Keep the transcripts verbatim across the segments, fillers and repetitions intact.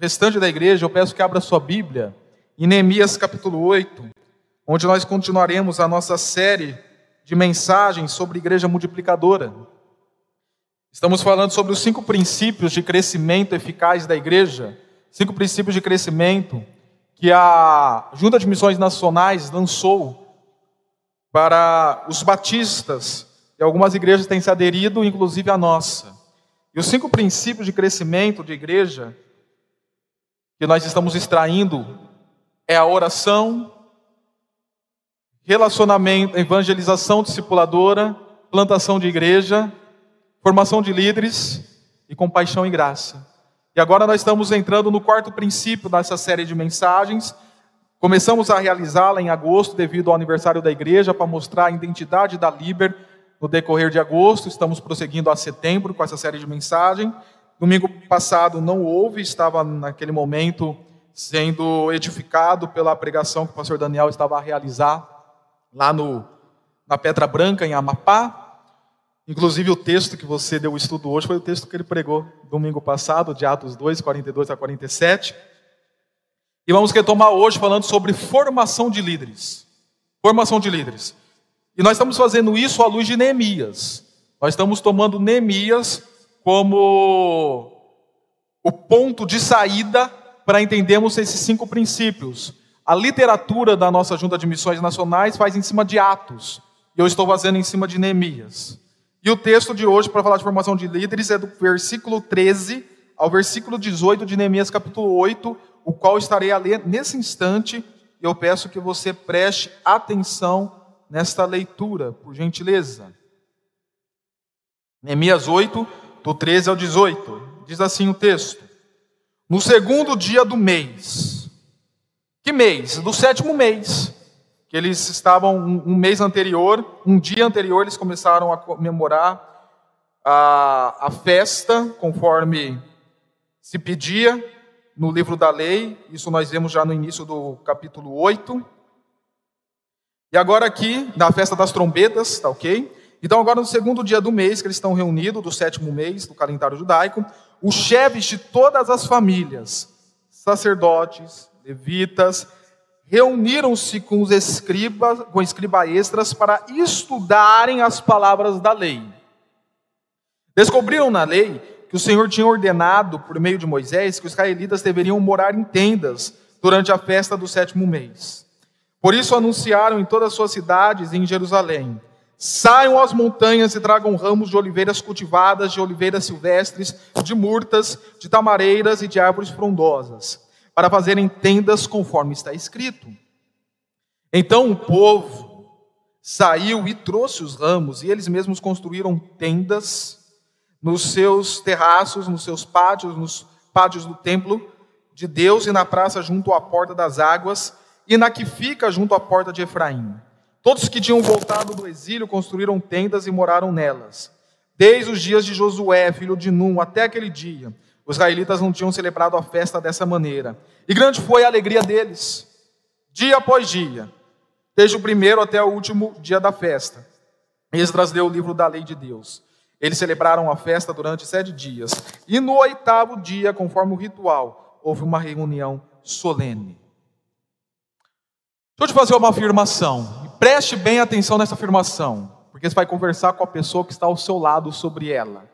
restante da igreja, eu peço que abra sua Bíblia em Neemias capítulo oito, onde nós continuaremos a nossa série de mensagens sobre igreja multiplicadora. Estamos falando sobre os cinco princípios de crescimento eficaz da igreja, cinco princípios de crescimento que a Junta de Missões Nacionais lançou para os batistas, e algumas igrejas têm se aderido, inclusive a nossa. E os cinco princípios de crescimento de igreja que nós estamos extraindo é a oração, relacionamento, evangelização discipuladora, plantação de igreja, formação de líderes e compaixão e graça. E agora nós estamos entrando no quarto princípio dessa série de mensagens. Começamos a realizá-la em agosto devido ao aniversário da igreja para mostrar a identidade da Liber no decorrer de agosto. Estamos prosseguindo a setembro com essa série de mensagens. Domingo passado não houve, estava naquele momento sendo edificado pela pregação que o pastor Daniel estava a realizar lá no, na Pedra Branca, em Amapá. Inclusive o texto que você deu o estudo hoje foi o texto que ele pregou domingo passado, de Atos dois, quarenta e dois a quarenta e sete. E vamos retomar hoje falando sobre formação de líderes. Formação de líderes. E nós estamos fazendo isso à luz de Neemias. Nós estamos tomando Neemias como o ponto de saída para entendermos esses cinco princípios. A literatura da nossa Junta de Missões Nacionais faz em cima de Atos. E eu estou fazendo em cima de Neemias. E o texto de hoje, para falar de formação de líderes, é do versículo treze ao versículo dezoito de Neemias capítulo oito, o qual estarei a ler nesse instante. E eu peço que você preste atenção nesta leitura, por gentileza. Neemias oito, do treze ao dezoito. Diz assim o texto: no segundo dia do mês. Que mês? Do sétimo mês. Que eles estavam, um, um mês anterior, um dia anterior, eles começaram a comemorar a, a festa, conforme se pedia no livro da lei. Isso nós vemos já no início do capítulo oito. E agora aqui, na festa das trombetas, tá ok? Então agora no segundo dia do mês, que eles estão reunidos, do sétimo mês do calendário judaico, os chefes de todas as famílias, sacerdotes, levitas, reuniram-se com os escribas, com escriba extras para estudarem as palavras da lei. Descobriram na lei que o Senhor tinha ordenado, por meio de Moisés, que os israelitas deveriam morar em tendas durante a festa do sétimo mês. Por isso anunciaram em todas as suas cidades e em Jerusalém: saiam às montanhas e tragam ramos de oliveiras cultivadas, de oliveiras silvestres, de murtas, de tamareiras e de árvores frondosas, para fazerem tendas conforme está escrito. Então o povo saiu e trouxe os ramos, e eles mesmos construíram tendas nos seus terraços, nos seus pátios, nos pátios do templo de Deus e na praça junto à porta das águas, e na que fica junto à porta de Efraim. Todos que tinham voltado do exílio construíram tendas e moraram nelas. Desde os dias de Josué, filho de Num, até aquele dia, os israelitas não tinham celebrado a festa dessa maneira. E grande foi a alegria deles, dia após dia, desde o primeiro até o último dia da festa. Esdras leu o livro da lei de Deus. Eles celebraram a festa durante sete dias. E no oitavo dia, conforme o ritual, houve uma reunião solene. Deixa eu te fazer uma afirmação. E preste bem atenção nessa afirmação, porque você vai conversar com a pessoa que está ao seu lado sobre ela.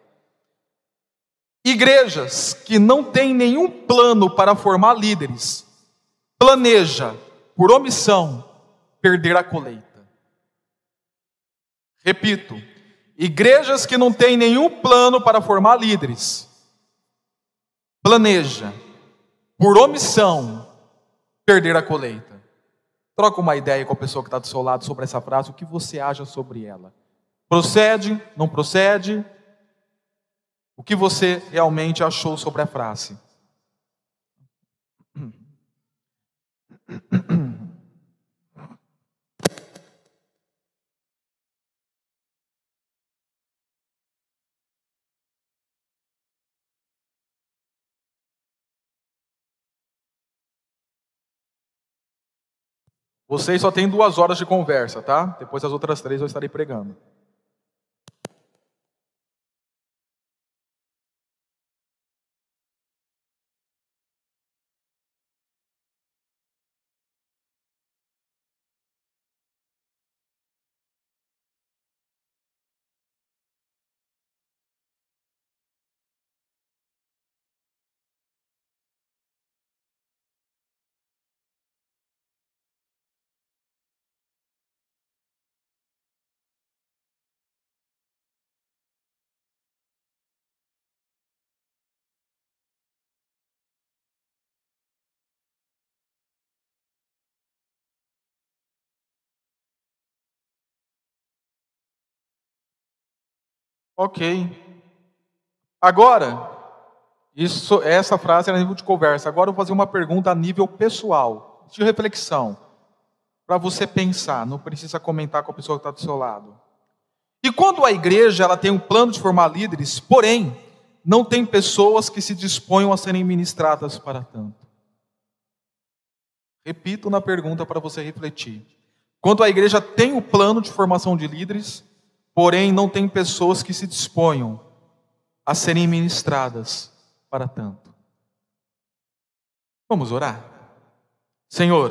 Igrejas que não têm nenhum plano para formar líderes, planeja, por omissão, perder a colheita. Repito, igrejas que não têm nenhum plano para formar líderes, planeja, por omissão, perder a colheita. Troca uma ideia com a pessoa que está do seu lado sobre essa frase, o que você acha sobre ela. Procede? Não procede? O que você realmente achou sobre a frase? Vocês só têm duas horas de conversa, tá? Depois das outras três eu estarei pregando. Ok. Agora, isso, essa frase era nível de conversa. Agora eu vou fazer uma pergunta a nível pessoal, de reflexão, para você pensar, não precisa comentar com a pessoa que está do seu lado. E quando a igreja ela tem um plano de formar líderes, porém, não tem pessoas que se disponham a serem ministradas para tanto? Repito na pergunta para você refletir. Quando a igreja tem o plano de formação de líderes, porém não tem pessoas que se disponham a serem ministradas para tanto. Vamos orar? Senhor,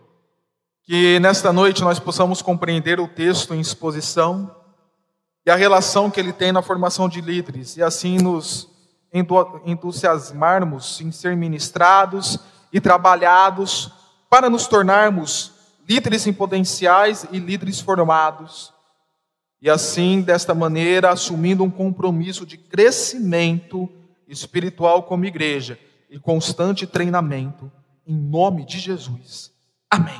que nesta noite nós possamos compreender o texto em exposição e a relação que ele tem na formação de líderes, e assim nos entusiasmarmos em ser ministrados e trabalhados para nos tornarmos líderes em potenciais e líderes formados. E assim, desta maneira, assumindo um compromisso de crescimento espiritual como igreja e constante treinamento, em nome de Jesus. Amém.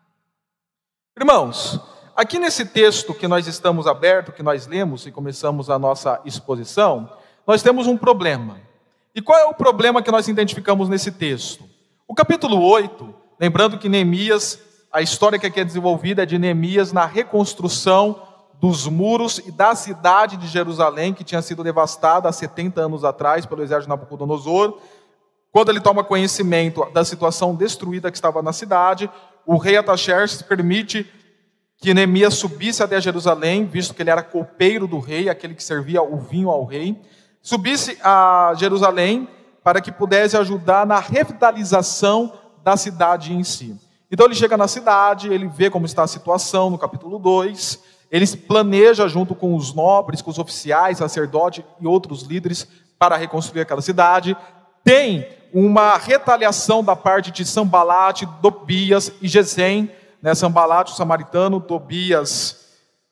Irmãos, aqui nesse texto que nós estamos abertos, que nós lemos e começamos a nossa exposição, nós temos um problema. E qual é o problema que nós identificamos nesse texto? O capítulo oito, lembrando que Neemias, a história que aqui é desenvolvida é de Neemias na reconstrução dos muros e da cidade de Jerusalém, que tinha sido devastada há setenta anos atrás pelo exército de Nabucodonosor. Quando ele toma conhecimento da situação destruída que estava na cidade, o rei Artaxerxes permite que Neemias subisse até Jerusalém, visto que ele era copeiro do rei, aquele que servia o vinho ao rei, subisse a Jerusalém para que pudesse ajudar na revitalização da cidade em si. Então ele chega na cidade, ele vê como está a situação no capítulo dois, ele planeja junto com os nobres, com os oficiais, sacerdotes e outros líderes para reconstruir aquela cidade. Tem uma retaliação da parte de Sanbalate, Tobias e Gesem, né? Sanbalate, o samaritano, Tobias,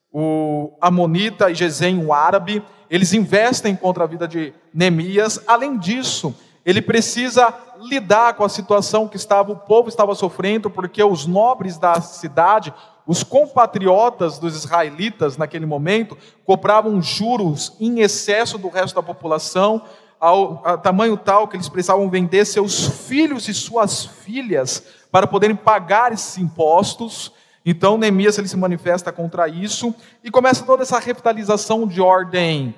o amonita e Gesem, o árabe. Eles investem contra a vida de Neemias. Além disso, ele precisa lidar com a situação que estava, o povo estava sofrendo, porque os nobres da cidade, os compatriotas dos israelitas naquele momento, cobravam juros em excesso do resto da população, ao, a tamanho tal que eles precisavam vender seus filhos e suas filhas para poderem pagar esses impostos. Então Neemias ele se manifesta contra isso e começa toda essa revitalização de ordem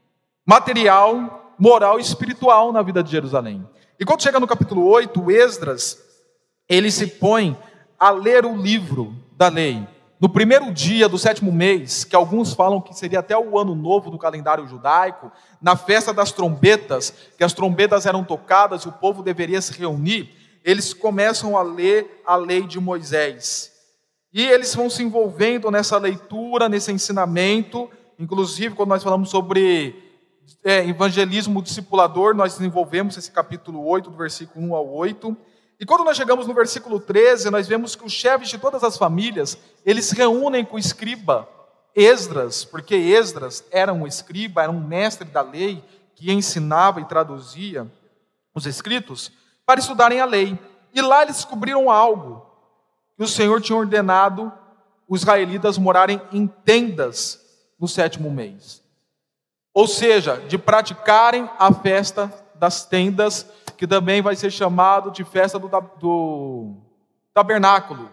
material, moral e espiritual na vida de Jerusalém. E quando chega no capítulo oito, Esdras, ele se põe a ler o livro da lei. No primeiro dia do sétimo mês, que alguns falam que seria até o ano novo do calendário judaico, na festa das trombetas, que as trombetas eram tocadas e o povo deveria se reunir, eles começam a ler a lei de Moisés. E eles vão se envolvendo nessa leitura, nesse ensinamento. Inclusive, quando nós falamos sobre é, evangelismo discipulador, nós desenvolvemos esse capítulo oito, do versículo um ao oito. E quando nós chegamos no versículo treze, nós vemos que os chefes de todas as famílias, eles se reúnem com o escriba Esdras, porque Esdras era um escriba, era um mestre da lei, que ensinava e traduzia os escritos, para estudarem a lei. E lá eles descobriram algo, que o Senhor tinha ordenado os israelitas morarem em tendas no sétimo mês. Ou seja, de praticarem a festa das tendas, que também vai ser chamado de festa do, do tabernáculo.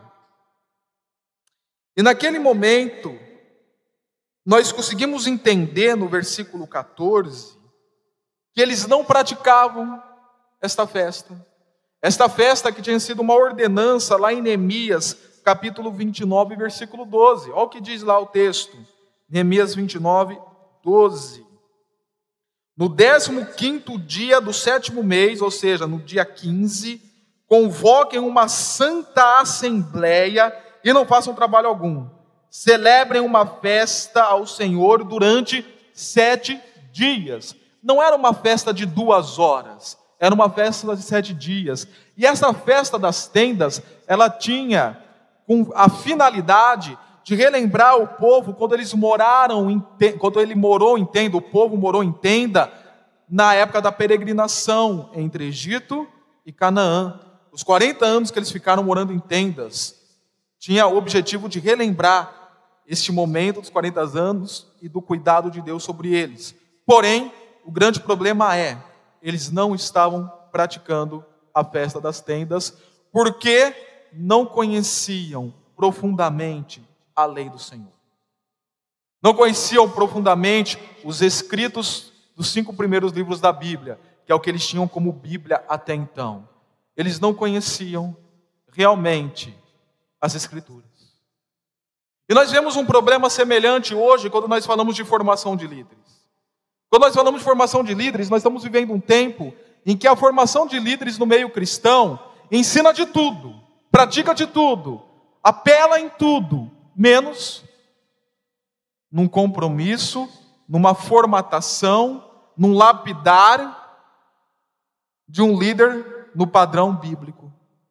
E naquele momento, nós conseguimos entender no versículo catorze, que eles não praticavam esta festa. Esta festa que tinha sido uma ordenança lá em Neemias, capítulo vinte e nove, versículo doze. Olha o que diz lá o texto. Neemias vinte e nove, doze. No décimo quinto dia do sétimo mês, ou seja, no dia quinze, convoquem uma santa assembleia e não façam trabalho algum. Celebrem uma festa ao Senhor durante sete dias. Não era uma festa de duas horas, era uma festa de sete dias. E essa festa das tendas, ela tinha com a finalidade de relembrar o povo quando eles moraram, em, quando ele morou em tenda, o povo morou em tenda, na época da peregrinação entre Egito e Canaã. Os quarenta anos que eles ficaram morando em tendas, tinha o objetivo de relembrar este momento dos quarenta anos e do cuidado de Deus sobre eles. Porém, o grande problema é, eles não estavam praticando a festa das tendas, porque não conheciam profundamente a lei do Senhor. Não conheciam profundamente os escritos dos cinco primeiros livros da Bíblia, que é o que eles tinham como Bíblia até então. Eles não conheciam realmente as Escrituras. E nós vemos um problema semelhante hoje quando nós falamos de formação de líderes. Quando nós falamos de formação de líderes, nós estamos vivendo um tempo em que a formação de líderes no meio cristão ensina de tudo, pratica de tudo, apela em tudo, menos num compromisso, numa formatação, num lapidar de um líder no padrão bíblico.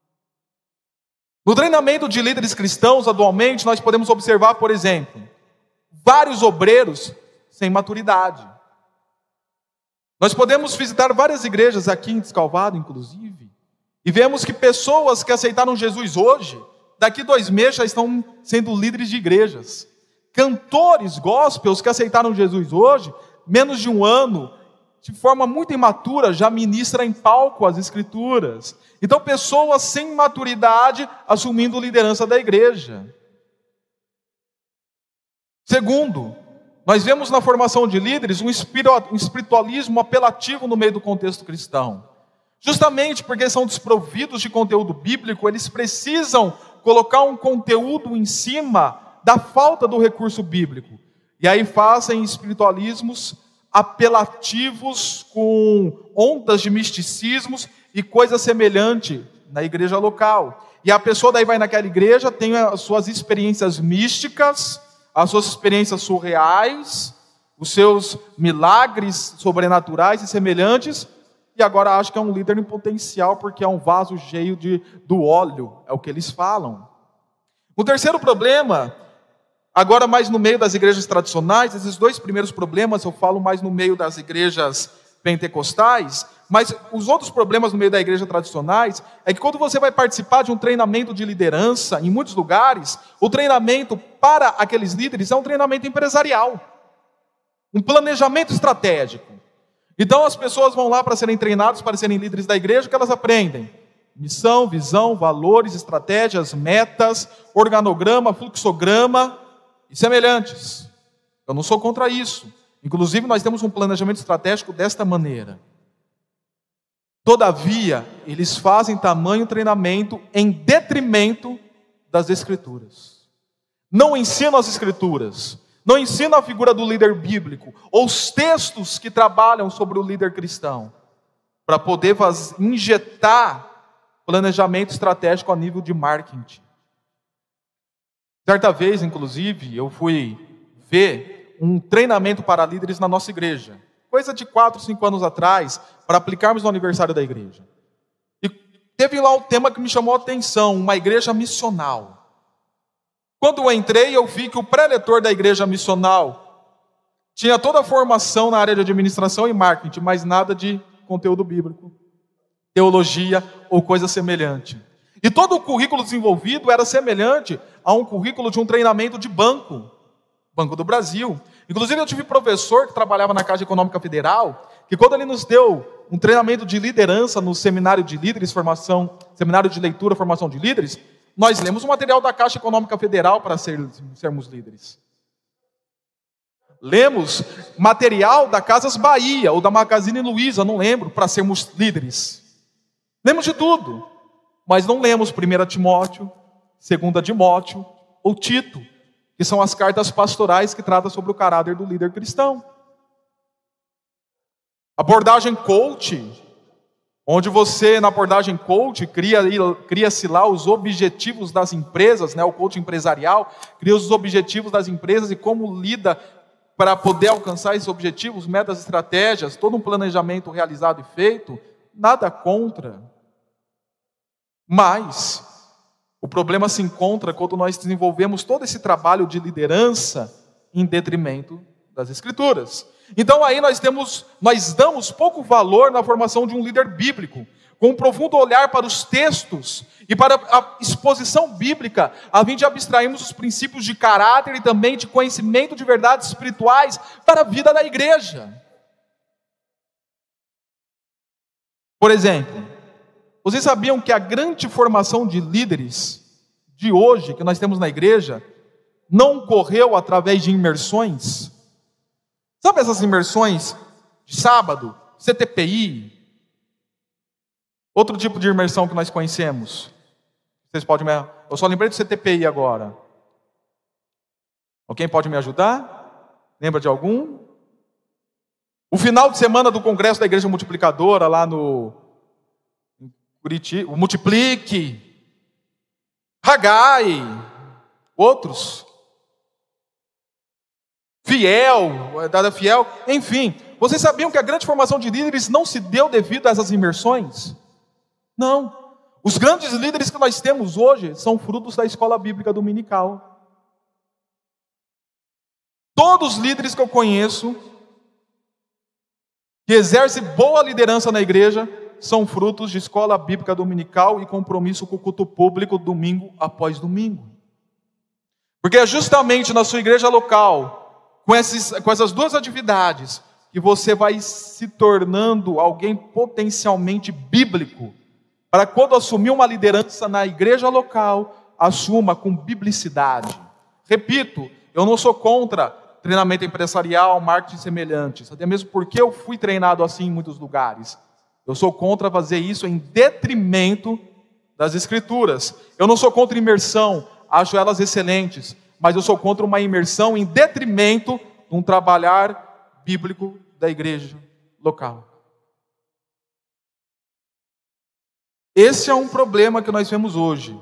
No treinamento de líderes cristãos, atualmente, nós podemos observar, por exemplo, vários obreiros sem maturidade. Nós podemos visitar várias igrejas aqui em Descalvado, inclusive, e vemos que pessoas que aceitaram Jesus hoje, daqui dois meses já estão sendo líderes de igrejas. Cantores gospels que aceitaram Jesus hoje, menos de um ano, de forma muito imatura, já ministra em palco as Escrituras. Então, pessoas sem maturidade assumindo liderança da igreja. Segundo, nós vemos na formação de líderes um espiritualismo apelativo no meio do contexto cristão. Justamente porque são desprovidos de conteúdo bíblico, eles precisam colocar um conteúdo em cima da falta do recurso bíblico. E aí fazem espiritualismos apelativos com ondas de misticismos e coisa semelhante na igreja local. E a pessoa daí vai naquela igreja, tem as suas experiências místicas, as suas experiências surreais, os seus milagres sobrenaturais e semelhantes, e agora acha que é um líder em potencial porque é um vaso cheio de, do óleo, é o que eles falam. O terceiro problema, agora mais no meio das igrejas tradicionais, esses dois primeiros problemas eu falo mais no meio das igrejas pentecostais, mas os outros problemas no meio da igreja tradicionais é que quando você vai participar de um treinamento de liderança, em muitos lugares, o treinamento para aqueles líderes é um treinamento empresarial, um planejamento estratégico. Então as pessoas vão lá para serem treinadas, para serem líderes da igreja, que elas aprendem missão, visão, valores, estratégias, metas, organograma, fluxograma e semelhantes. Eu não sou contra isso. Inclusive, nós temos um planejamento estratégico desta maneira. Todavia, eles fazem tamanho treinamento em detrimento das Escrituras. Não ensinam as Escrituras, não ensinam a figura do líder bíblico, ou os textos que trabalham sobre o líder cristão, para poder fazer, injetar planejamento estratégico a nível de marketing. Certa vez, inclusive, eu fui ver um treinamento para líderes na nossa igreja, coisa de quatro, cinco anos atrás, para aplicarmos no aniversário da igreja. E teve lá um tema que me chamou a atenção, uma igreja missional. Quando eu entrei, eu vi que o preletor da igreja missional tinha toda a formação na área de administração e marketing, mas nada de conteúdo bíblico, teologia ou coisa semelhante. E todo o currículo desenvolvido era semelhante a um currículo de um treinamento de banco, Banco do Brasil. Inclusive eu tive professor que trabalhava na Caixa Econômica Federal, que quando ele nos deu um treinamento de liderança no seminário de líderes, formação, seminário de leitura, formação de líderes, nós lemos o material da Caixa Econômica Federal para ser, sermos líderes. Lemos material da Casas Bahia ou da Magazine Luiza, não lembro, para sermos líderes. Lemos de tudo, mas não lemos primeira Timóteo, segunda Timóteo ou Tito, que são as cartas pastorais que tratam sobre o caráter do líder cristão. Abordagem coach, onde você, na abordagem coach, cria, cria-se lá os objetivos das empresas, né, o coach empresarial, cria os objetivos das empresas e como lida para poder alcançar esses objetivos, metas, estratégias, todo um planejamento realizado e feito, nada contra. Mas o problema se encontra quando nós desenvolvemos todo esse trabalho de liderança em detrimento das Escrituras. Então aí nós temos, nós damos pouco valor na formação de um líder bíblico, com um profundo olhar para os textos E para a exposição bíblica, a fim de abstrairmos os princípios de caráter e também de conhecimento de verdades espirituais para a vida da igreja. Por exemplo, vocês sabiam que a grande formação de líderes de hoje, que nós temos na igreja, não ocorreu através de imersões? Sabe essas imersões de sábado, C T P I, outro tipo de imersão que nós conhecemos? Vocês podem me... Eu só lembrei do C T P I agora. Alguém pode me ajudar? Lembra de algum? O final de semana do congresso da Igreja Multiplicadora, lá no Curitiba, o Multiplique, Hagai, outros, Fiel, Dada Fiel, enfim. Vocês sabiam que a grande formação de líderes não se deu devido a essas imersões? Não. Os grandes líderes que nós temos hoje são frutos da escola bíblica dominical. Todos os líderes que eu conheço, que exercem boa liderança na igreja, são frutos de escola bíblica dominical e compromisso com o culto público domingo após domingo. Porque é justamente na sua igreja local, com, esses, com essas duas atividades, que você vai se tornando alguém potencialmente bíblico, para quando assumir uma liderança na igreja local, assuma com biblicidade. Repito, eu não sou contra treinamento empresarial, marketing semelhantes, até mesmo porque eu fui treinado assim em muitos lugares. Eu sou contra fazer isso em detrimento das escrituras. Eu não sou contra imersão, acho elas excelentes, mas eu sou contra uma imersão em detrimento de um trabalhar bíblico da igreja local. Esse é um problema que nós vemos hoje.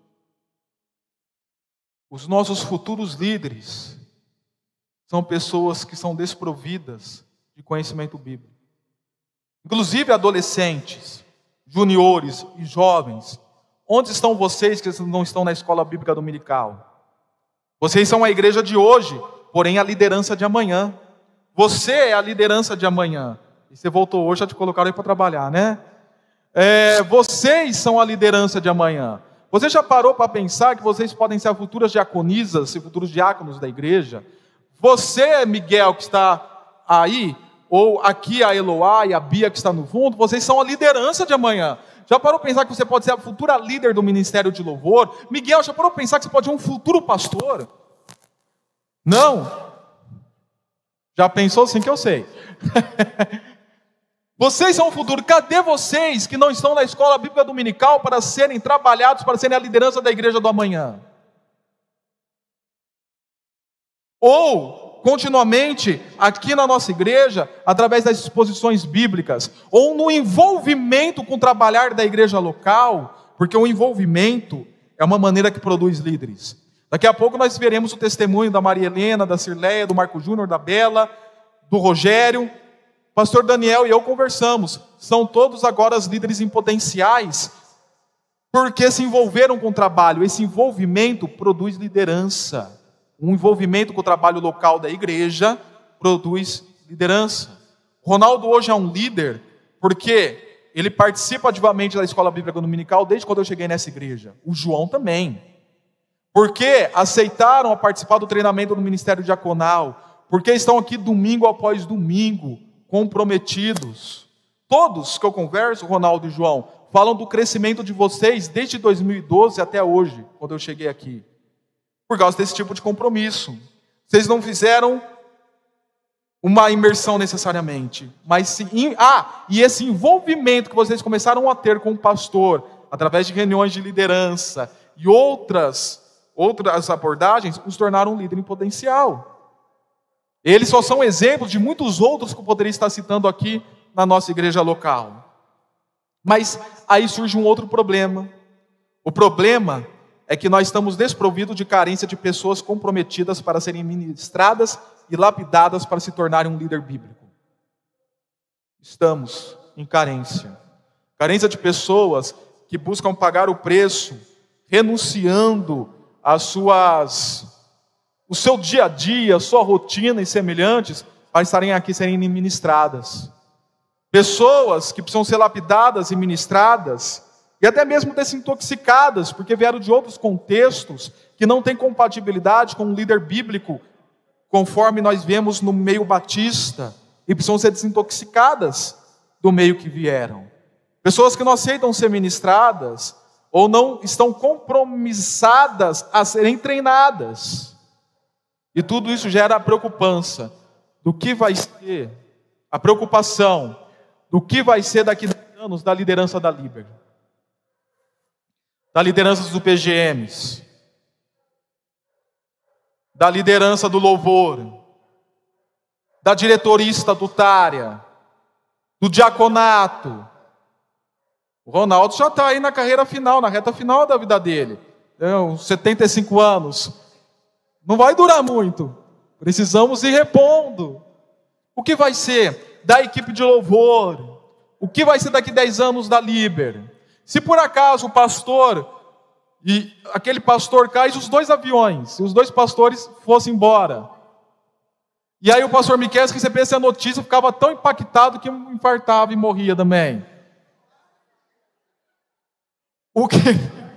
Os nossos futuros líderes são pessoas que são desprovidas de conhecimento bíblico. Inclusive adolescentes, juniores e jovens. Onde estão vocês que não estão na escola bíblica dominical? Vocês são a igreja de hoje, porém a liderança de amanhã. Você é a liderança de amanhã. E você voltou hoje, já te colocaram aí para trabalhar, né? É, vocês são a liderança de amanhã. Você já parou para pensar que vocês podem ser futuras diaconisas e futuros diáconos da igreja? Você, Miguel, que está aí, ou aqui a Eloá e a Bia que está no fundo, vocês são a liderança de amanhã. Já parou para pensar que você pode ser a futura líder do ministério de louvor? Miguel, já parou para pensar que você pode ser um futuro pastor? Não? Já pensou sim que eu sei. Vocês são o futuro. Cadê vocês que não estão na escola bíblica dominical para serem trabalhados, para serem a liderança da igreja do amanhã? Ou, continuamente, aqui na nossa igreja, através das exposições bíblicas, ou no envolvimento com o trabalhar da igreja local, porque o envolvimento é uma maneira que produz líderes. Daqui a pouco nós veremos o testemunho da Maria Helena, da Cirleia, do Marco Júnior, da Bela, do Rogério. Pastor Daniel e eu conversamos, são todos agora os líderes em potenciais, porque se envolveram com o trabalho. Esse envolvimento produz liderança. Um envolvimento com o trabalho local da igreja produz liderança. O Ronaldo hoje é um líder, porque ele participa ativamente da escola bíblica dominical desde quando eu cheguei nessa igreja. O João também. Porque aceitaram a participar do treinamento do ministério diaconal, porque estão aqui domingo após domingo, comprometidos. Todos que eu converso, Ronaldo e João, falam do crescimento de vocês desde dois mil e doze até hoje, quando eu cheguei aqui, por causa desse tipo de compromisso. Vocês não fizeram uma imersão necessariamente, mas sim, ah, e esse envolvimento que vocês começaram a ter com o pastor, através de reuniões de liderança e outras, outras abordagens, os tornaram um líder em potencial. Eles só são exemplos de muitos outros que eu poderia estar citando aqui na nossa igreja local. Mas aí surge um outro problema. O problema é que nós estamos desprovidos de carência de pessoas comprometidas para serem ministradas e lapidadas para se tornarem um líder bíblico. Estamos em carência. Carência de pessoas que buscam pagar o preço, renunciando às suas... o seu dia a dia, sua rotina e semelhantes, para estarem aqui serem ministradas. Pessoas que precisam ser lapidadas e ministradas, e até mesmo desintoxicadas, porque vieram de outros contextos que não têm compatibilidade com um líder bíblico, conforme nós vemos no meio batista, e precisam ser desintoxicadas do meio que vieram. Pessoas que não aceitam ser ministradas, ou não estão compromissadas a serem treinadas. E tudo isso gera a preocupação do que vai ser, a preocupação do que vai ser daqui a dez anos da liderança da Liber, da liderança do P G Ms, da liderança do louvor, da diretoria estatutária, do diaconato. O Ronaldo já está aí na carreira final, na reta final da vida dele, é, uns setenta e cinco anos. Não vai durar muito. Precisamos ir repondo. O que vai ser da equipe de louvor? O que vai ser daqui a dez anos da Liber? Se por acaso o pastor, e aquele pastor cai, os dois aviões, se os dois pastores fossem embora, e aí o pastor Miqueias recebesse a notícia, ficava tão impactado que infartava e morria também. O que,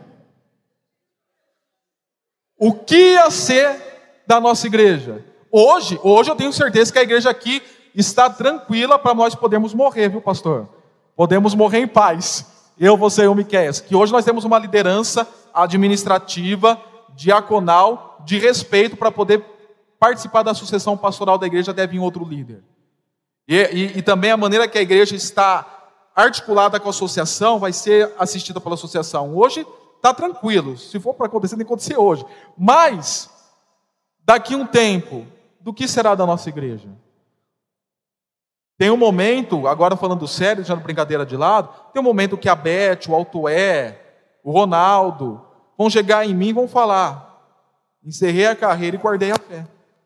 o que ia ser da nossa igreja? Hoje, hoje eu tenho certeza que a igreja aqui está tranquila para nós podermos morrer, viu, pastor? Podemos morrer em paz. Eu, você e o Miqueias. Que hoje nós temos uma liderança administrativa, diaconal, de respeito para poder participar da sucessão pastoral da igreja, deve vir outro líder. E, e, e também a maneira que a igreja está articulada com a associação vai ser assistida pela associação. Hoje está tranquilo, se for para acontecer, tem que acontecer hoje. Mas, daqui a um tempo, do que será da nossa igreja? Tem um momento, agora falando sério, deixando brincadeira de lado, tem um momento que a Beth, o Altoé, o Ronaldo, vão chegar em mim e vão falar: encerrei a carreira e guardei a fé.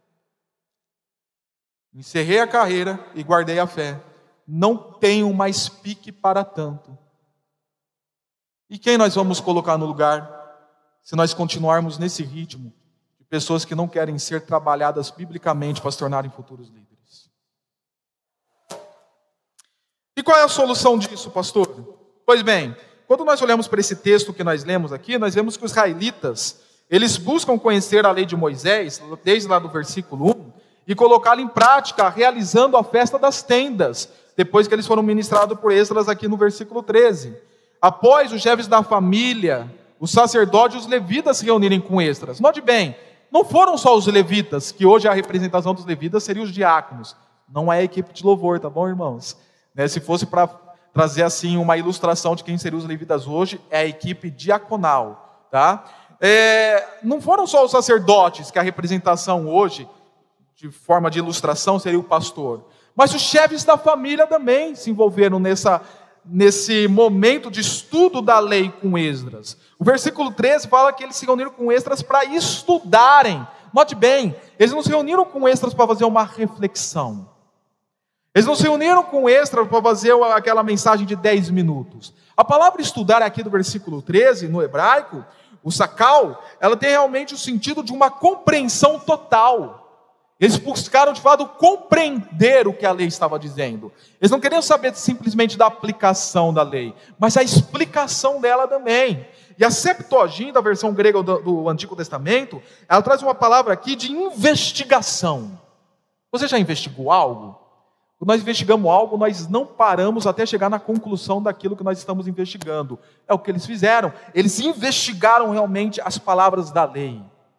Encerrei a carreira e guardei a fé. Não tenho mais pique para tanto. E quem nós vamos colocar no lugar, se nós continuarmos nesse ritmo, de pessoas que não querem ser trabalhadas biblicamente para se tornarem futuros líderes? E qual é a solução disso, pastor? Pois bem, quando nós olhamos para esse texto que nós lemos aqui, nós vemos que os israelitas, eles buscam conhecer a lei de Moisés, desde lá do versículo um, e colocá-la em prática, realizando a festa das tendas, depois que eles foram ministrados por Esdras aqui no versículo treze. Após os chefes da família, os sacerdotes e os levitas se reunirem com Esdras. Note bem, não foram só os levitas, que hoje a representação dos levitas seria os diáconos. Não é a equipe de louvor, tá bom, irmãos? Né, se fosse para trazer assim uma ilustração de quem seriam os levitas hoje, é a equipe diaconal. Tá? É, não foram só os sacerdotes, que a representação hoje, de forma de ilustração, seria o pastor. Mas os chefes da família também se envolveram nessa, nesse momento de estudo da lei com Esdras. O versículo treze fala que eles se reuniram com Esdras para estudarem. Note bem, eles não se reuniram com Esdras para fazer uma reflexão. Eles não se reuniram com Esdras para fazer aquela mensagem de dez minutos. A palavra estudar aqui do versículo treze, no hebraico, o sakal, ela tem realmente o sentido de uma compreensão total. Eles buscaram de fato compreender o que a lei estava dizendo. Eles não queriam saber simplesmente da aplicação da lei, mas a explicação dela também. E a Septuaginta, a versão grega do, do Antigo Testamento, ela traz uma palavra aqui de investigação. Você já investigou algo? Quando nós investigamos algo, nós não paramos até chegar na conclusão daquilo que nós estamos investigando. É o que eles fizeram. Eles investigaram realmente as palavras da lei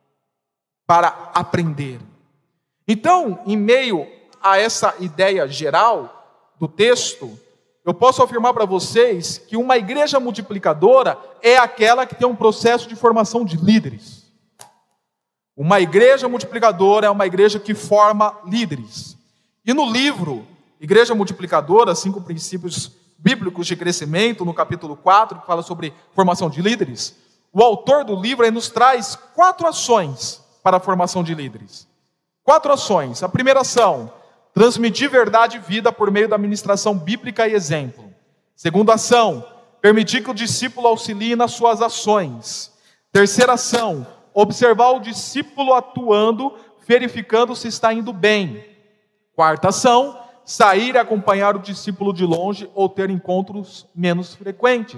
para aprender. Então, em meio a essa ideia geral do texto, eu posso afirmar para vocês que uma igreja multiplicadora é aquela que tem um processo de formação de líderes. Uma igreja multiplicadora é uma igreja que forma líderes. E no livro Igreja Multiplicadora, Cinco Princípios Bíblicos de Crescimento, no capítulo quatro, que fala sobre formação de líderes, o autor do livro nos traz quatro ações para a formação de líderes. Quatro ações. A primeira ação, transmitir verdade e vida por meio da ministração bíblica e exemplo. Segunda ação, permitir que o discípulo auxilie nas suas ações. Terceira ação, observar o discípulo atuando, verificando se está indo bem. Quarta ação, sair e acompanhar o discípulo de longe ou ter encontros menos frequentes.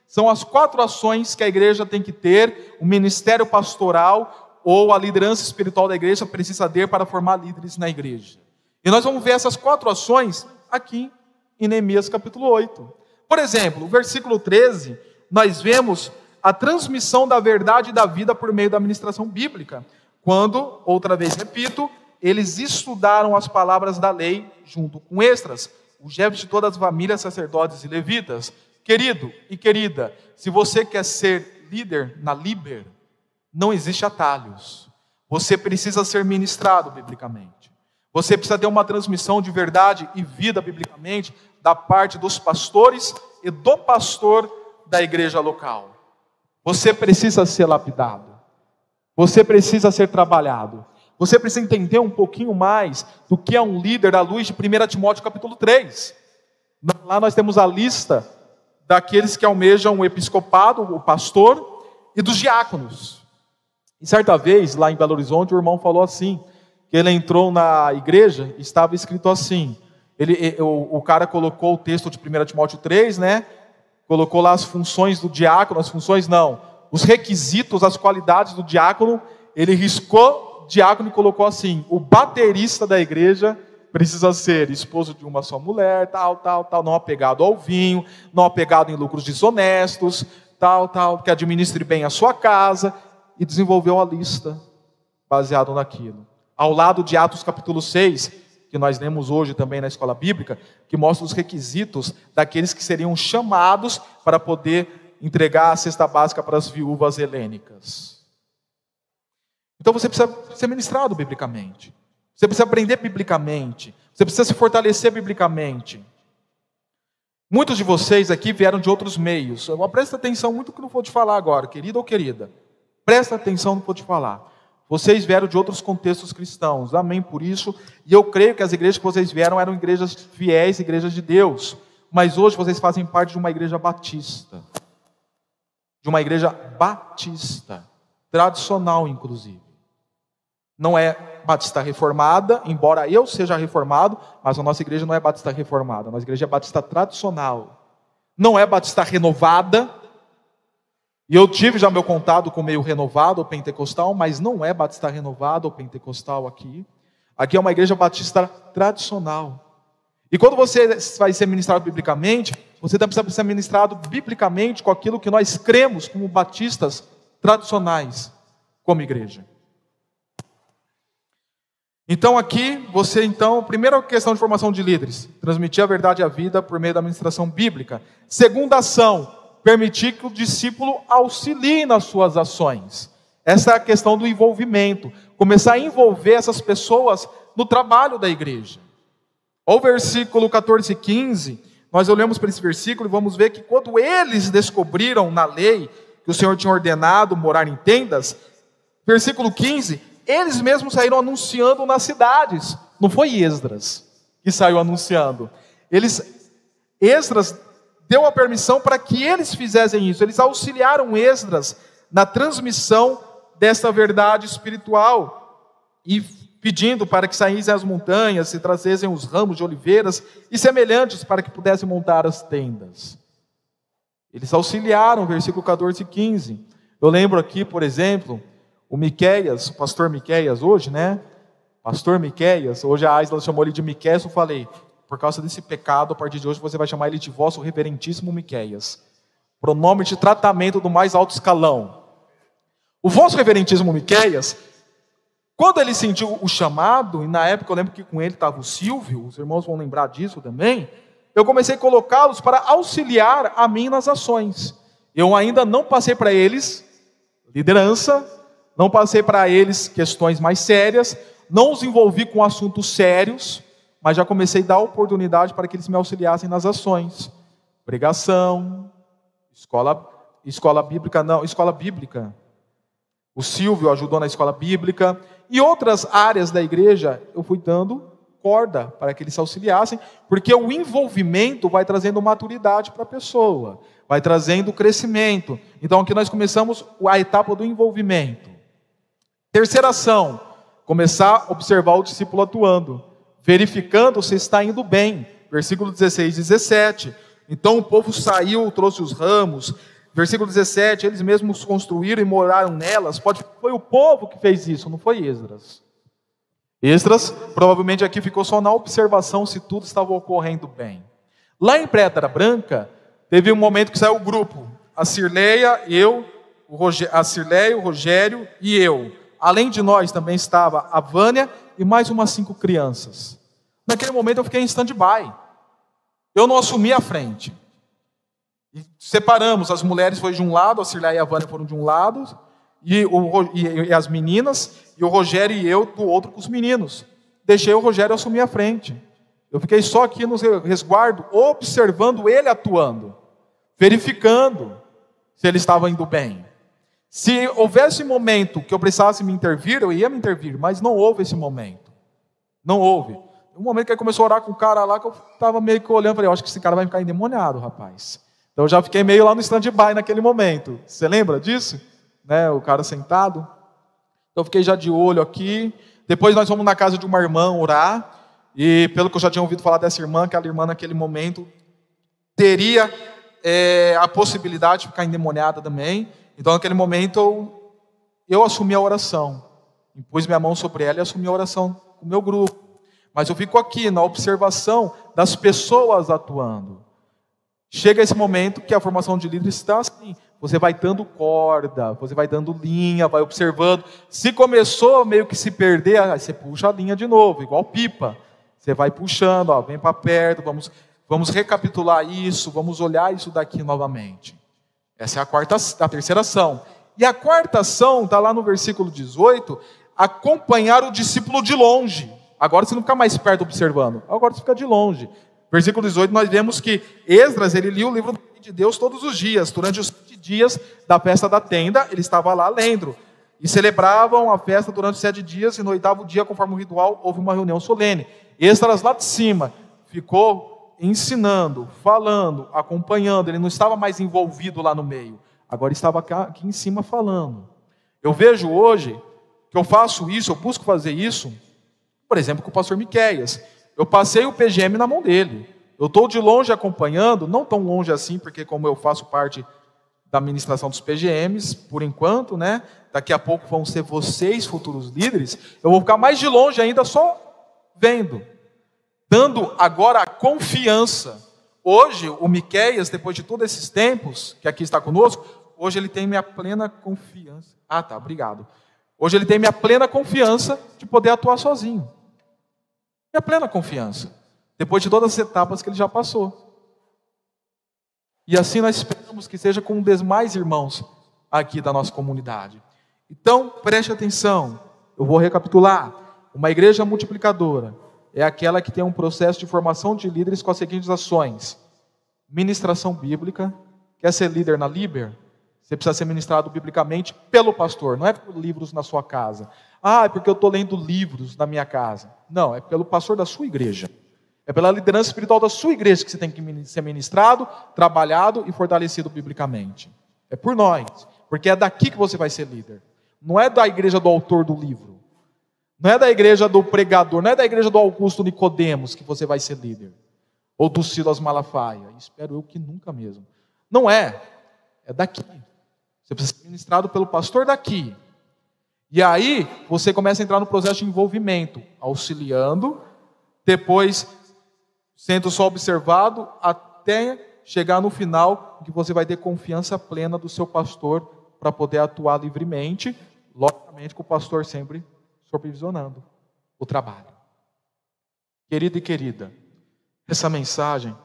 São as quatro ações que a igreja tem que ter, o ministério pastoral ou a liderança espiritual da igreja precisa ter para formar líderes na igreja. E nós vamos ver essas quatro ações aqui em Neemias capítulo oito. Por exemplo, o versículo treze, nós vemos a transmissão da verdade e da vida por meio da administração bíblica. Quando, outra vez repito, eles estudaram as palavras da lei junto com Esdras, o chefe de todas as famílias, sacerdotes e levitas. Querido e querida, se você quer ser líder na Liber, não existe atalhos. Você precisa ser ministrado biblicamente. Você precisa ter uma transmissão de verdade e vida biblicamente da parte dos pastores e do pastor da igreja local. Você precisa ser lapidado. Você precisa ser trabalhado. Você precisa entender um pouquinho mais do que é um líder à luz de primeira Timóteo capítulo três. Lá nós temos a lista daqueles que almejam o episcopado, o pastor, e dos diáconos. E certa vez, lá em Belo Horizonte, o irmão falou assim, que ele entrou na igreja e estava escrito assim, ele, o, o cara colocou o texto de primeira Timóteo três, né? Colocou lá as funções do diácono, as funções não, os requisitos, as qualidades do diácono, ele riscou diácono e colocou assim, o baterista da igreja precisa ser esposo de uma só mulher, tal, tal, tal, não apegado ao vinho, não apegado em lucros desonestos, tal, tal, que administre bem a sua casa, e desenvolveu a lista baseado naquilo. Ao lado de Atos capítulo seis, que nós lemos hoje também na escola bíblica, que mostra os requisitos daqueles que seriam chamados para poder entregar a cesta básica para as viúvas helênicas. Então você precisa ser ministrado biblicamente. Você precisa aprender biblicamente. Você precisa se fortalecer biblicamente. Muitos de vocês aqui vieram de outros meios. Presta atenção muito no que eu vou te falar agora, querido ou querida. Presta atenção no que eu vou te falar. Vocês vieram de outros contextos cristãos. Amém por isso. E eu creio que as igrejas que vocês vieram eram igrejas fiéis, igrejas de Deus. Mas hoje vocês fazem parte de uma igreja batista. De uma igreja batista. Tradicional, inclusive. Não é batista reformada, embora eu seja reformado, mas a nossa igreja não é batista reformada, a nossa igreja é batista tradicional. Não é batista renovada, e eu tive já meu contato com o meio renovado ou pentecostal, mas não é batista renovado ou pentecostal aqui. Aqui é uma igreja batista tradicional. E quando você vai ser ministrado biblicamente, você também precisa ser ministrado biblicamente com aquilo que nós cremos como batistas tradicionais, como igreja. Então aqui, você então, primeira questão de formação de líderes, transmitir a verdade e a vida por meio da administração bíblica. Segunda ação, permitir que o discípulo auxilie nas suas ações. Essa é a questão do envolvimento, começar a envolver essas pessoas no trabalho da igreja. O versículo catorze e quinze, nós olhamos para esse versículo e vamos ver que quando eles descobriram na lei que o Senhor tinha ordenado morar em tendas, versículo quinze, eles mesmos saíram anunciando nas cidades. Não foi Esdras que saiu anunciando. Eles, Esdras deu a permissão para que eles fizessem isso. Eles auxiliaram Esdras na transmissão dessa verdade espiritual. E pedindo para que saíssem as montanhas e trazessem os ramos de oliveiras e semelhantes para que pudessem montar as tendas. Eles auxiliaram, versículo catorze e quinze. Eu lembro aqui, por exemplo, o Miqueias, o pastor Miqueias hoje, né? Pastor Miqueias, hoje a Aisla chamou ele de Miqueias, eu falei, por causa desse pecado, a partir de hoje você vai chamar ele de vosso reverentíssimo Miqueias. Pronome de tratamento do mais alto escalão. O vosso reverentíssimo Miqueias, quando ele sentiu o chamado, e na época eu lembro que com ele estava o Silvio, os irmãos vão lembrar disso também, eu comecei a colocá-los para auxiliar a mim nas ações. Eu ainda não passei para eles liderança, não passei para eles questões mais sérias, não os envolvi com assuntos sérios, mas já comecei a dar oportunidade para que eles me auxiliassem nas ações. Pregação, escola, escola bíblica, não, escola bíblica. O Silvio ajudou na escola bíblica. E outras áreas da igreja, eu fui dando corda para que eles se auxiliassem, porque o envolvimento vai trazendo maturidade para a pessoa, vai trazendo crescimento. Então aqui nós começamos a etapa do envolvimento. Terceira ação, começar a observar o discípulo atuando, verificando se está indo bem. Versículo dezesseis e dezessete. Então o povo saiu, trouxe os ramos, Versículo dezessete, eles mesmos construíram e moraram nelas. Pode, foi o povo que fez isso, não foi Esdras. Esdras, provavelmente aqui ficou só na observação se tudo estava ocorrendo bem. Lá em Pedra Branca, teve um momento que saiu o grupo. A Cirleia, eu, o Rogério, a Cirleia, o Rogério e eu. Além de nós também estava a Vânia e mais umas cinco crianças. Naquele momento eu fiquei em stand-by. Eu não assumi a frente. E separamos, as mulheres foram de um lado, a Cirleia e a Vânia foram de um lado, e, o, e, e as meninas, e o Rogério e eu do outro com os meninos. Deixei o Rogério assumir a frente. Eu fiquei só aqui no resguardo, observando ele atuando, verificando se ele estava indo bem. Se houvesse momento que eu precisasse me intervir, eu ia me intervir, mas não houve esse momento. Não houve. Um momento que ele começou a orar com o cara lá, que eu estava meio que olhando, falei, eu acho que esse cara vai ficar endemoniado, rapaz. Então eu já fiquei meio lá no stand-by naquele momento. Você lembra disso? Né, o cara sentado. Então eu fiquei já de olho aqui. Depois nós fomos na casa de uma irmã orar. E pelo que eu já tinha ouvido falar dessa irmã, aquela irmã naquele momento teria é, a possibilidade de ficar endemoniada também. Então naquele momento eu, eu assumi a oração. Impus minha mão sobre ela e assumi a oração com o meu grupo. Mas eu fico aqui na observação das pessoas atuando. Chega esse momento que a formação de líderes está assim. Você vai dando corda, você vai dando linha, vai observando. Se começou meio que se perder, aí você puxa a linha de novo, igual pipa. Você vai puxando, ó, vem para perto, vamos, vamos recapitular isso, vamos olhar isso daqui novamente. Essa é a, quarta, a terceira ação. E a quarta ação está lá no versículo dezoito, acompanhar o discípulo de longe. Agora você não fica mais perto observando, agora você fica de longe. Versículo dezoito, nós vemos que Esdras, ele lia o livro de Deus todos os dias. Durante os sete dias da festa da tenda, ele estava lá lendo. E celebravam a festa durante os sete dias, e no oitavo dia, conforme o ritual, houve uma reunião solene. Esdras lá de cima ficou ensinando, falando, acompanhando. Ele não estava mais envolvido lá no meio. Agora estava aqui em cima falando. Eu vejo hoje que eu faço isso, eu busco fazer isso, por exemplo, com o pastor Miqueias. Eu passei o P G M na mão dele. Eu estou de longe acompanhando, não tão longe assim, porque como eu faço parte da administração dos P G Ms, por enquanto, né? Daqui a pouco vão ser vocês, futuros líderes, eu vou ficar mais de longe ainda, só vendo. Dando agora a confiança. Hoje, o Miqueias, depois de todos esses tempos, que aqui está conosco, hoje ele tem minha plena confiança. Ah, tá, obrigado. Hoje ele tem minha plena confiança de poder atuar sozinho. Minha plena confiança. Depois de todas as etapas que ele já passou. E assim nós esperamos que seja com os demais irmãos aqui da nossa comunidade. Então, preste atenção. Eu vou recapitular. Uma igreja multiplicadora é aquela que tem um processo de formação de líderes com as seguintes ações. Ministração bíblica. Quer ser líder na Liber? Você precisa ser ministrado biblicamente pelo pastor. Não é por livros na sua casa. Ah, é porque eu estou lendo livros na minha casa. Não, é pelo pastor da sua igreja. É pela liderança espiritual da sua igreja que você tem que ser ministrado, trabalhado e fortalecido biblicamente. É por nós. Porque é daqui que você vai ser líder. Não é da igreja do autor do livro. Não é da igreja do pregador. Não é da igreja do Augusto Nicodemos que você vai ser líder. Ou do Silas Malafaia. Espero eu que nunca mesmo. Não é. É daqui. Você precisa ser ministrado pelo pastor daqui. E aí, você começa a entrar no processo de envolvimento. Auxiliando. Depois, sendo só observado. Até chegar no final, que você vai ter confiança plena do seu pastor para poder atuar livremente. Logicamente, com o pastor sempre supervisionando o trabalho. Querido e querida, essa mensagem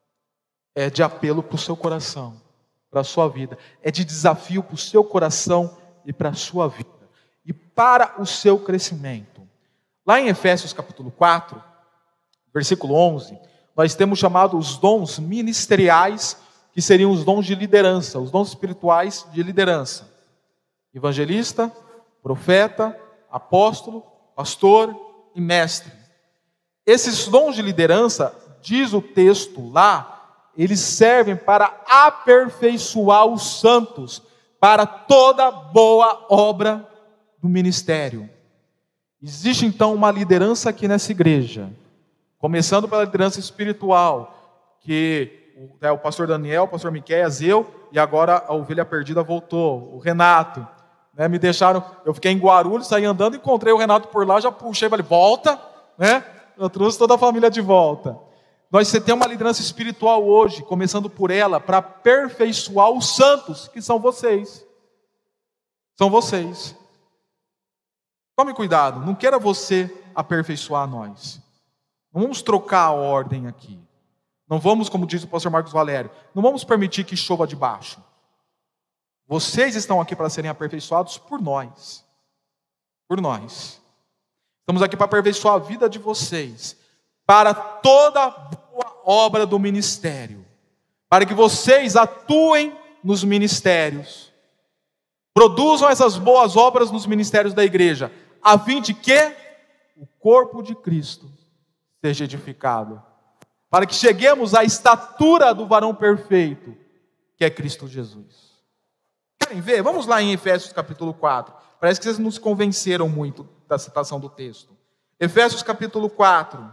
é de apelo para o seu coração, para a sua vida. É de desafio para o seu coração e para a sua vida. E para o seu crescimento. Lá em Efésios capítulo quatro, versículo onze, nós temos chamado os dons ministeriais, que seriam os dons de liderança, os dons espirituais de liderança. Evangelista, profeta, apóstolo, pastor e mestre. Esses dons de liderança, diz o texto lá, eles servem para aperfeiçoar os santos para toda boa obra do ministério. Existe então uma liderança aqui nessa igreja, começando pela liderança espiritual, que o, é, o pastor Daniel, o pastor Miqueias, eu, e agora a ovelha perdida voltou, o Renato. Né, me deixaram, eu fiquei em Guarulhos, saí andando, encontrei o Renato por lá, já puxei, falei, volta, né? Eu trouxe toda a família de volta. Nós você tem uma liderança espiritual hoje, começando por ela, para aperfeiçoar os santos, que são vocês. São vocês. Tome cuidado, não queira você aperfeiçoar nós. Não vamos trocar a ordem aqui. Não vamos, como diz o pastor Marcos Valério, não vamos permitir que chova de baixo. Vocês estão aqui para serem aperfeiçoados por nós. Por nós. Estamos aqui para aperfeiçoar a vida de vocês, para toda boa obra do ministério, para que vocês atuem nos ministérios, produzam essas boas obras nos ministérios da igreja, a fim de que o corpo de Cristo seja edificado, para que cheguemos à estatura do varão perfeito, que é Cristo Jesus. Querem ver? Vamos lá em Efésios capítulo quatro. Parece que vocês não se convenceram muito da citação do texto. Efésios capítulo quatro.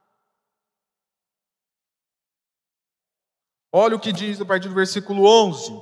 Olha o que diz a partir do versículo onze.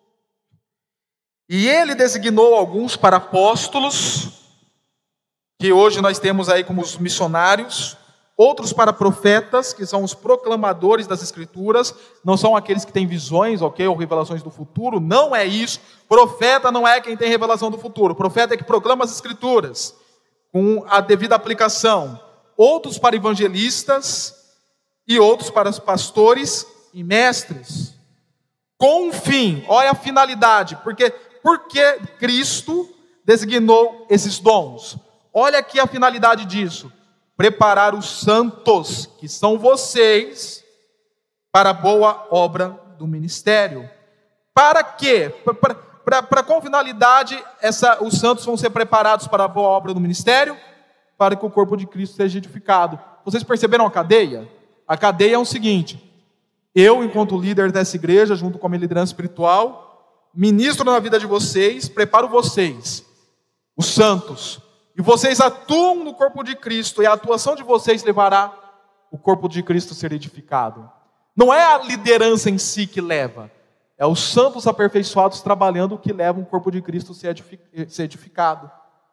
E ele designou alguns para apóstolos, que hoje nós temos aí como os missionários, outros para profetas, que são os proclamadores das Escrituras, não são aqueles que têm visões, ok, ou revelações do futuro, não é isso. Profeta não é quem tem revelação do futuro, profeta é que proclama as Escrituras, com a devida aplicação. Outros para evangelistas, e outros para os pastores e mestres, com um fim, olha a finalidade, porque, porque Cristo designou esses dons. Olha aqui a finalidade disso: preparar os santos, que são vocês, para a boa obra do ministério. Para quê? Para qual finalidade essa, os santos vão ser preparados para a boa obra do ministério? Para que o corpo de Cristo seja edificado. Vocês perceberam a cadeia? A cadeia é o seguinte: eu, enquanto líder dessa igreja, junto com a minha liderança espiritual, ministro na vida de vocês, preparo vocês, os santos, e vocês atuam no corpo de Cristo, e a atuação de vocês levará o corpo de Cristo a ser edificado. Não é a liderança em si que leva, é os santos aperfeiçoados trabalhando que levam o corpo de Cristo a ser edificado.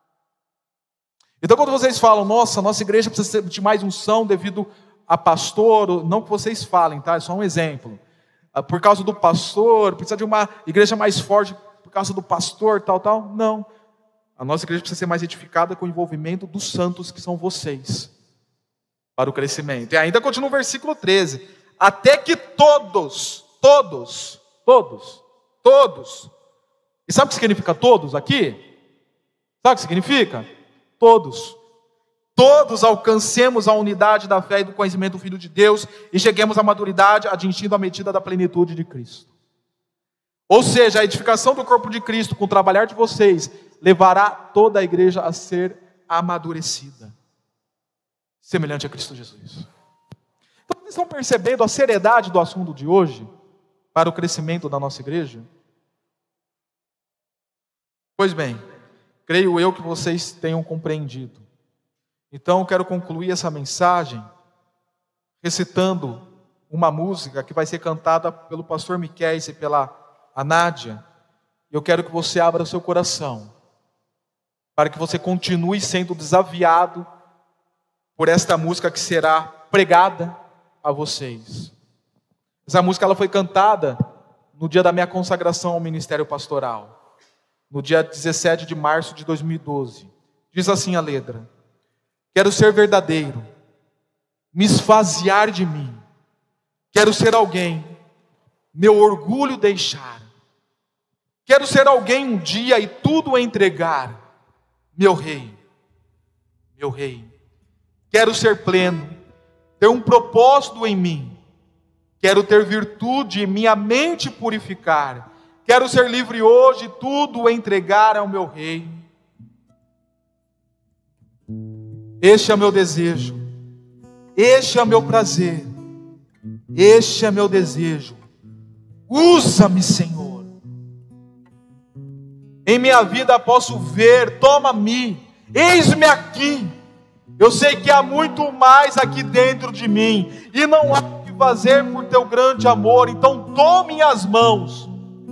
Então quando vocês falam, nossa, nossa igreja precisa de mais unção devido a pastor, não que vocês falem, tá? É só um exemplo. Por causa do pastor, precisa de uma igreja mais forte por causa do pastor, tal, tal. Não. A nossa igreja precisa ser mais edificada com o envolvimento dos santos, que são vocês, para o crescimento. E ainda continua o versículo treze. Até que todos, todos, todos, todos. E sabe o que significa todos aqui? Sabe o que significa? Todos. Todos alcancemos a unidade da fé e do conhecimento do Filho de Deus e cheguemos à maturidade, atingindo a medida da plenitude de Cristo. Ou seja, a edificação do corpo de Cristo com o trabalhar de vocês levará toda a igreja a ser amadurecida, semelhante a Cristo Jesus. Então, vocês estão percebendo a seriedade do assunto de hoje para o crescimento da nossa igreja? Pois bem, creio eu que vocês tenham compreendido. Então eu quero concluir essa mensagem recitando uma música que vai ser cantada pelo pastor Miqueias e pela a Nádia. Eu quero que você abra o seu coração, para que você continue sendo desafiado por esta música que será pregada a vocês. Essa música ela foi cantada no dia da minha consagração ao ministério pastoral, no dia dezessete de março de dois mil e doze. Diz assim a letra: quero ser verdadeiro, me esvaziar de mim. Quero ser alguém, meu orgulho deixar. Quero ser alguém um dia e tudo entregar. Meu rei, meu rei. Quero ser pleno, ter um propósito em mim. Quero ter virtude e minha mente purificar. Quero ser livre hoje e tudo entregar ao meu rei. Este é meu desejo, este é meu prazer, este é meu desejo. Usa-me, Senhor. Em minha vida posso ver, toma-me, eis-me aqui. Eu sei que há muito mais aqui dentro de mim, e não há o que que fazer por teu grande amor. Então tome minhas mãos,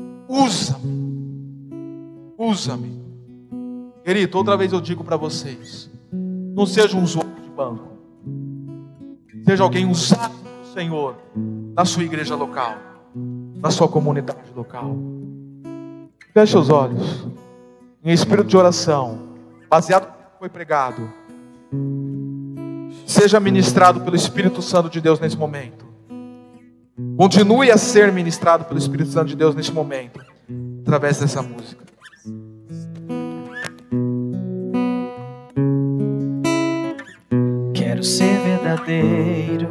usa-me, usa-me. Querido, outra vez eu digo para vocês, não seja um usuário de banco, seja alguém usado pelo Senhor na sua igreja local, na sua comunidade local. Feche os olhos, em espírito de oração, baseado no que foi pregado. Seja ministrado pelo Espírito Santo de Deus nesse momento. Continue a ser ministrado pelo Espírito Santo de Deus nesse momento, através dessa música. Quero ser verdadeiro,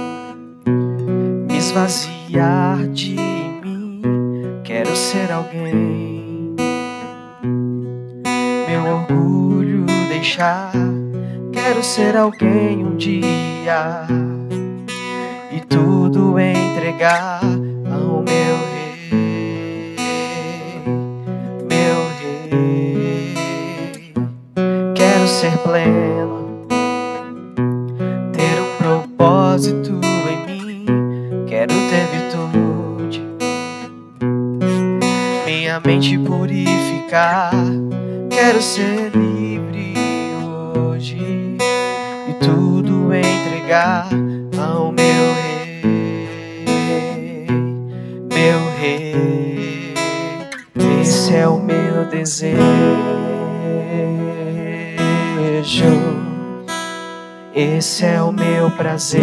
me esvaziar de mim. Quero ser alguém, meu orgulho deixar. Quero ser alguém um dia e tudo entregar ao meu rei, meu rei. Quero ser pleno, ter um propósito em mim. Quero ter virtude, minha mente purificar. Quero ser livre hoje e tudo entregar ao meu rei, meu rei. Esse é o meu desejo, esse é o meu prazer,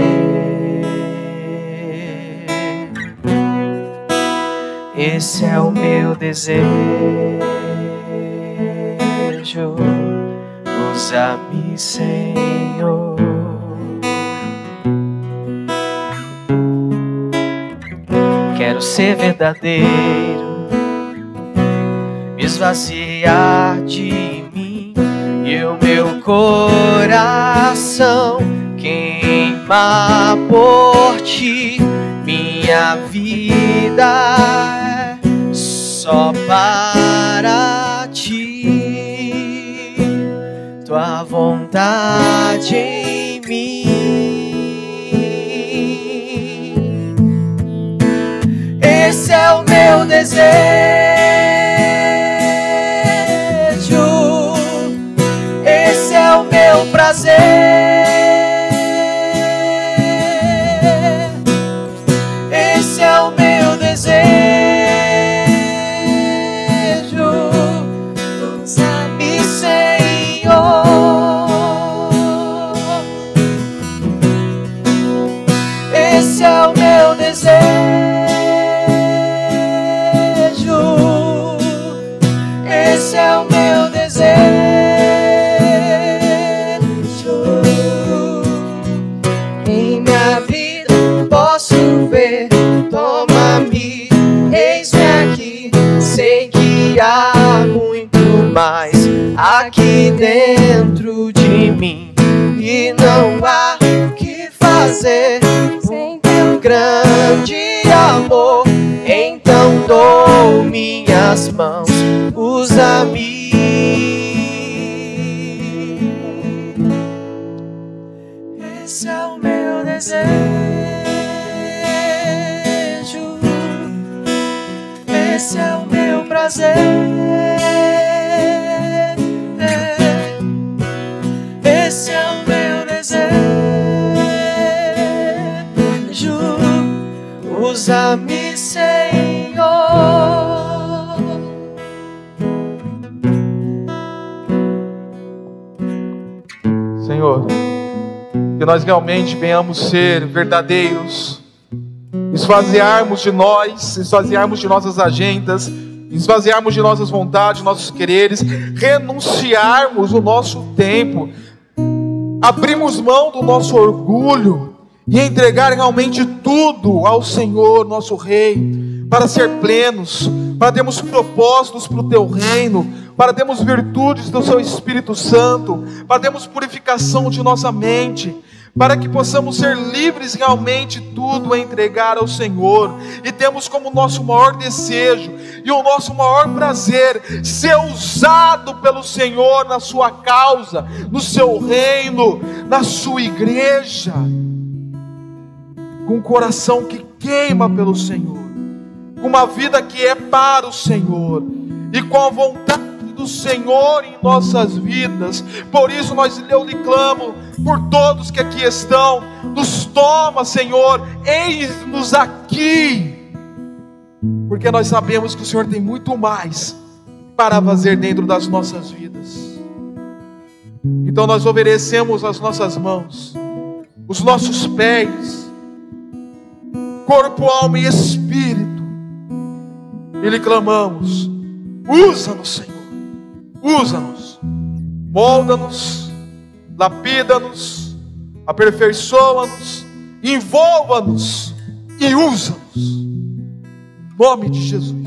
esse é o meu desejo. Usa-me, Senhor. Quero ser verdadeiro, me esvaziar de mim e o meu coração queimar por ti. Minha vida é só para ti, tua vontade em mim. Esse é o meu desejo, esse é o meu prazer, esse é o meu desejo. Usa-me, Senhor. Esse é o meu desejo, esse é o meu desejo. Em minha vida posso ver, toma-me, eis-me aqui. Sei que há muito mais aqui dentro de mim e não há o que fazer sem teu grande amor. Então dou minhas mãos, usa-me. Esse é o meu desejo, esse é o meu prazer, esse é o meu desejo. Usa-me, Senhor. Senhor, que nós realmente venhamos ser verdadeiros, esvaziarmos de nós, esvaziarmos de nossas agendas, esvaziarmos de nossas vontades, nossos quereres, renunciarmos o nosso tempo, abrirmos mão do nosso orgulho e entregar realmente tudo ao Senhor, nosso Rei, para ser plenos, para termos propósitos para o Teu reino, para termos virtudes do Seu Espírito Santo, para termos purificação de nossa mente, para que possamos ser livres realmente, tudo a entregar ao Senhor, e temos como nosso maior desejo e o nosso maior prazer ser usado pelo Senhor na sua causa, no seu reino, na sua igreja. com um coração que queima pelo Senhor, com uma vida que é para o Senhor e com a vontade do Senhor em nossas vidas. Por isso nós, eu lhe clamo por todos que aqui estão, nos toma, Senhor, eis-nos aqui, porque nós sabemos que o Senhor tem muito mais para fazer dentro das nossas vidas. Então nós oferecemos as nossas mãos, os nossos pés, corpo, alma e espírito, e lhe clamamos: usa-nos, Senhor, usa-nos, molda-nos, lapida-nos, aperfeiçoa-nos, envolva-nos e usa-nos, em nome de Jesus.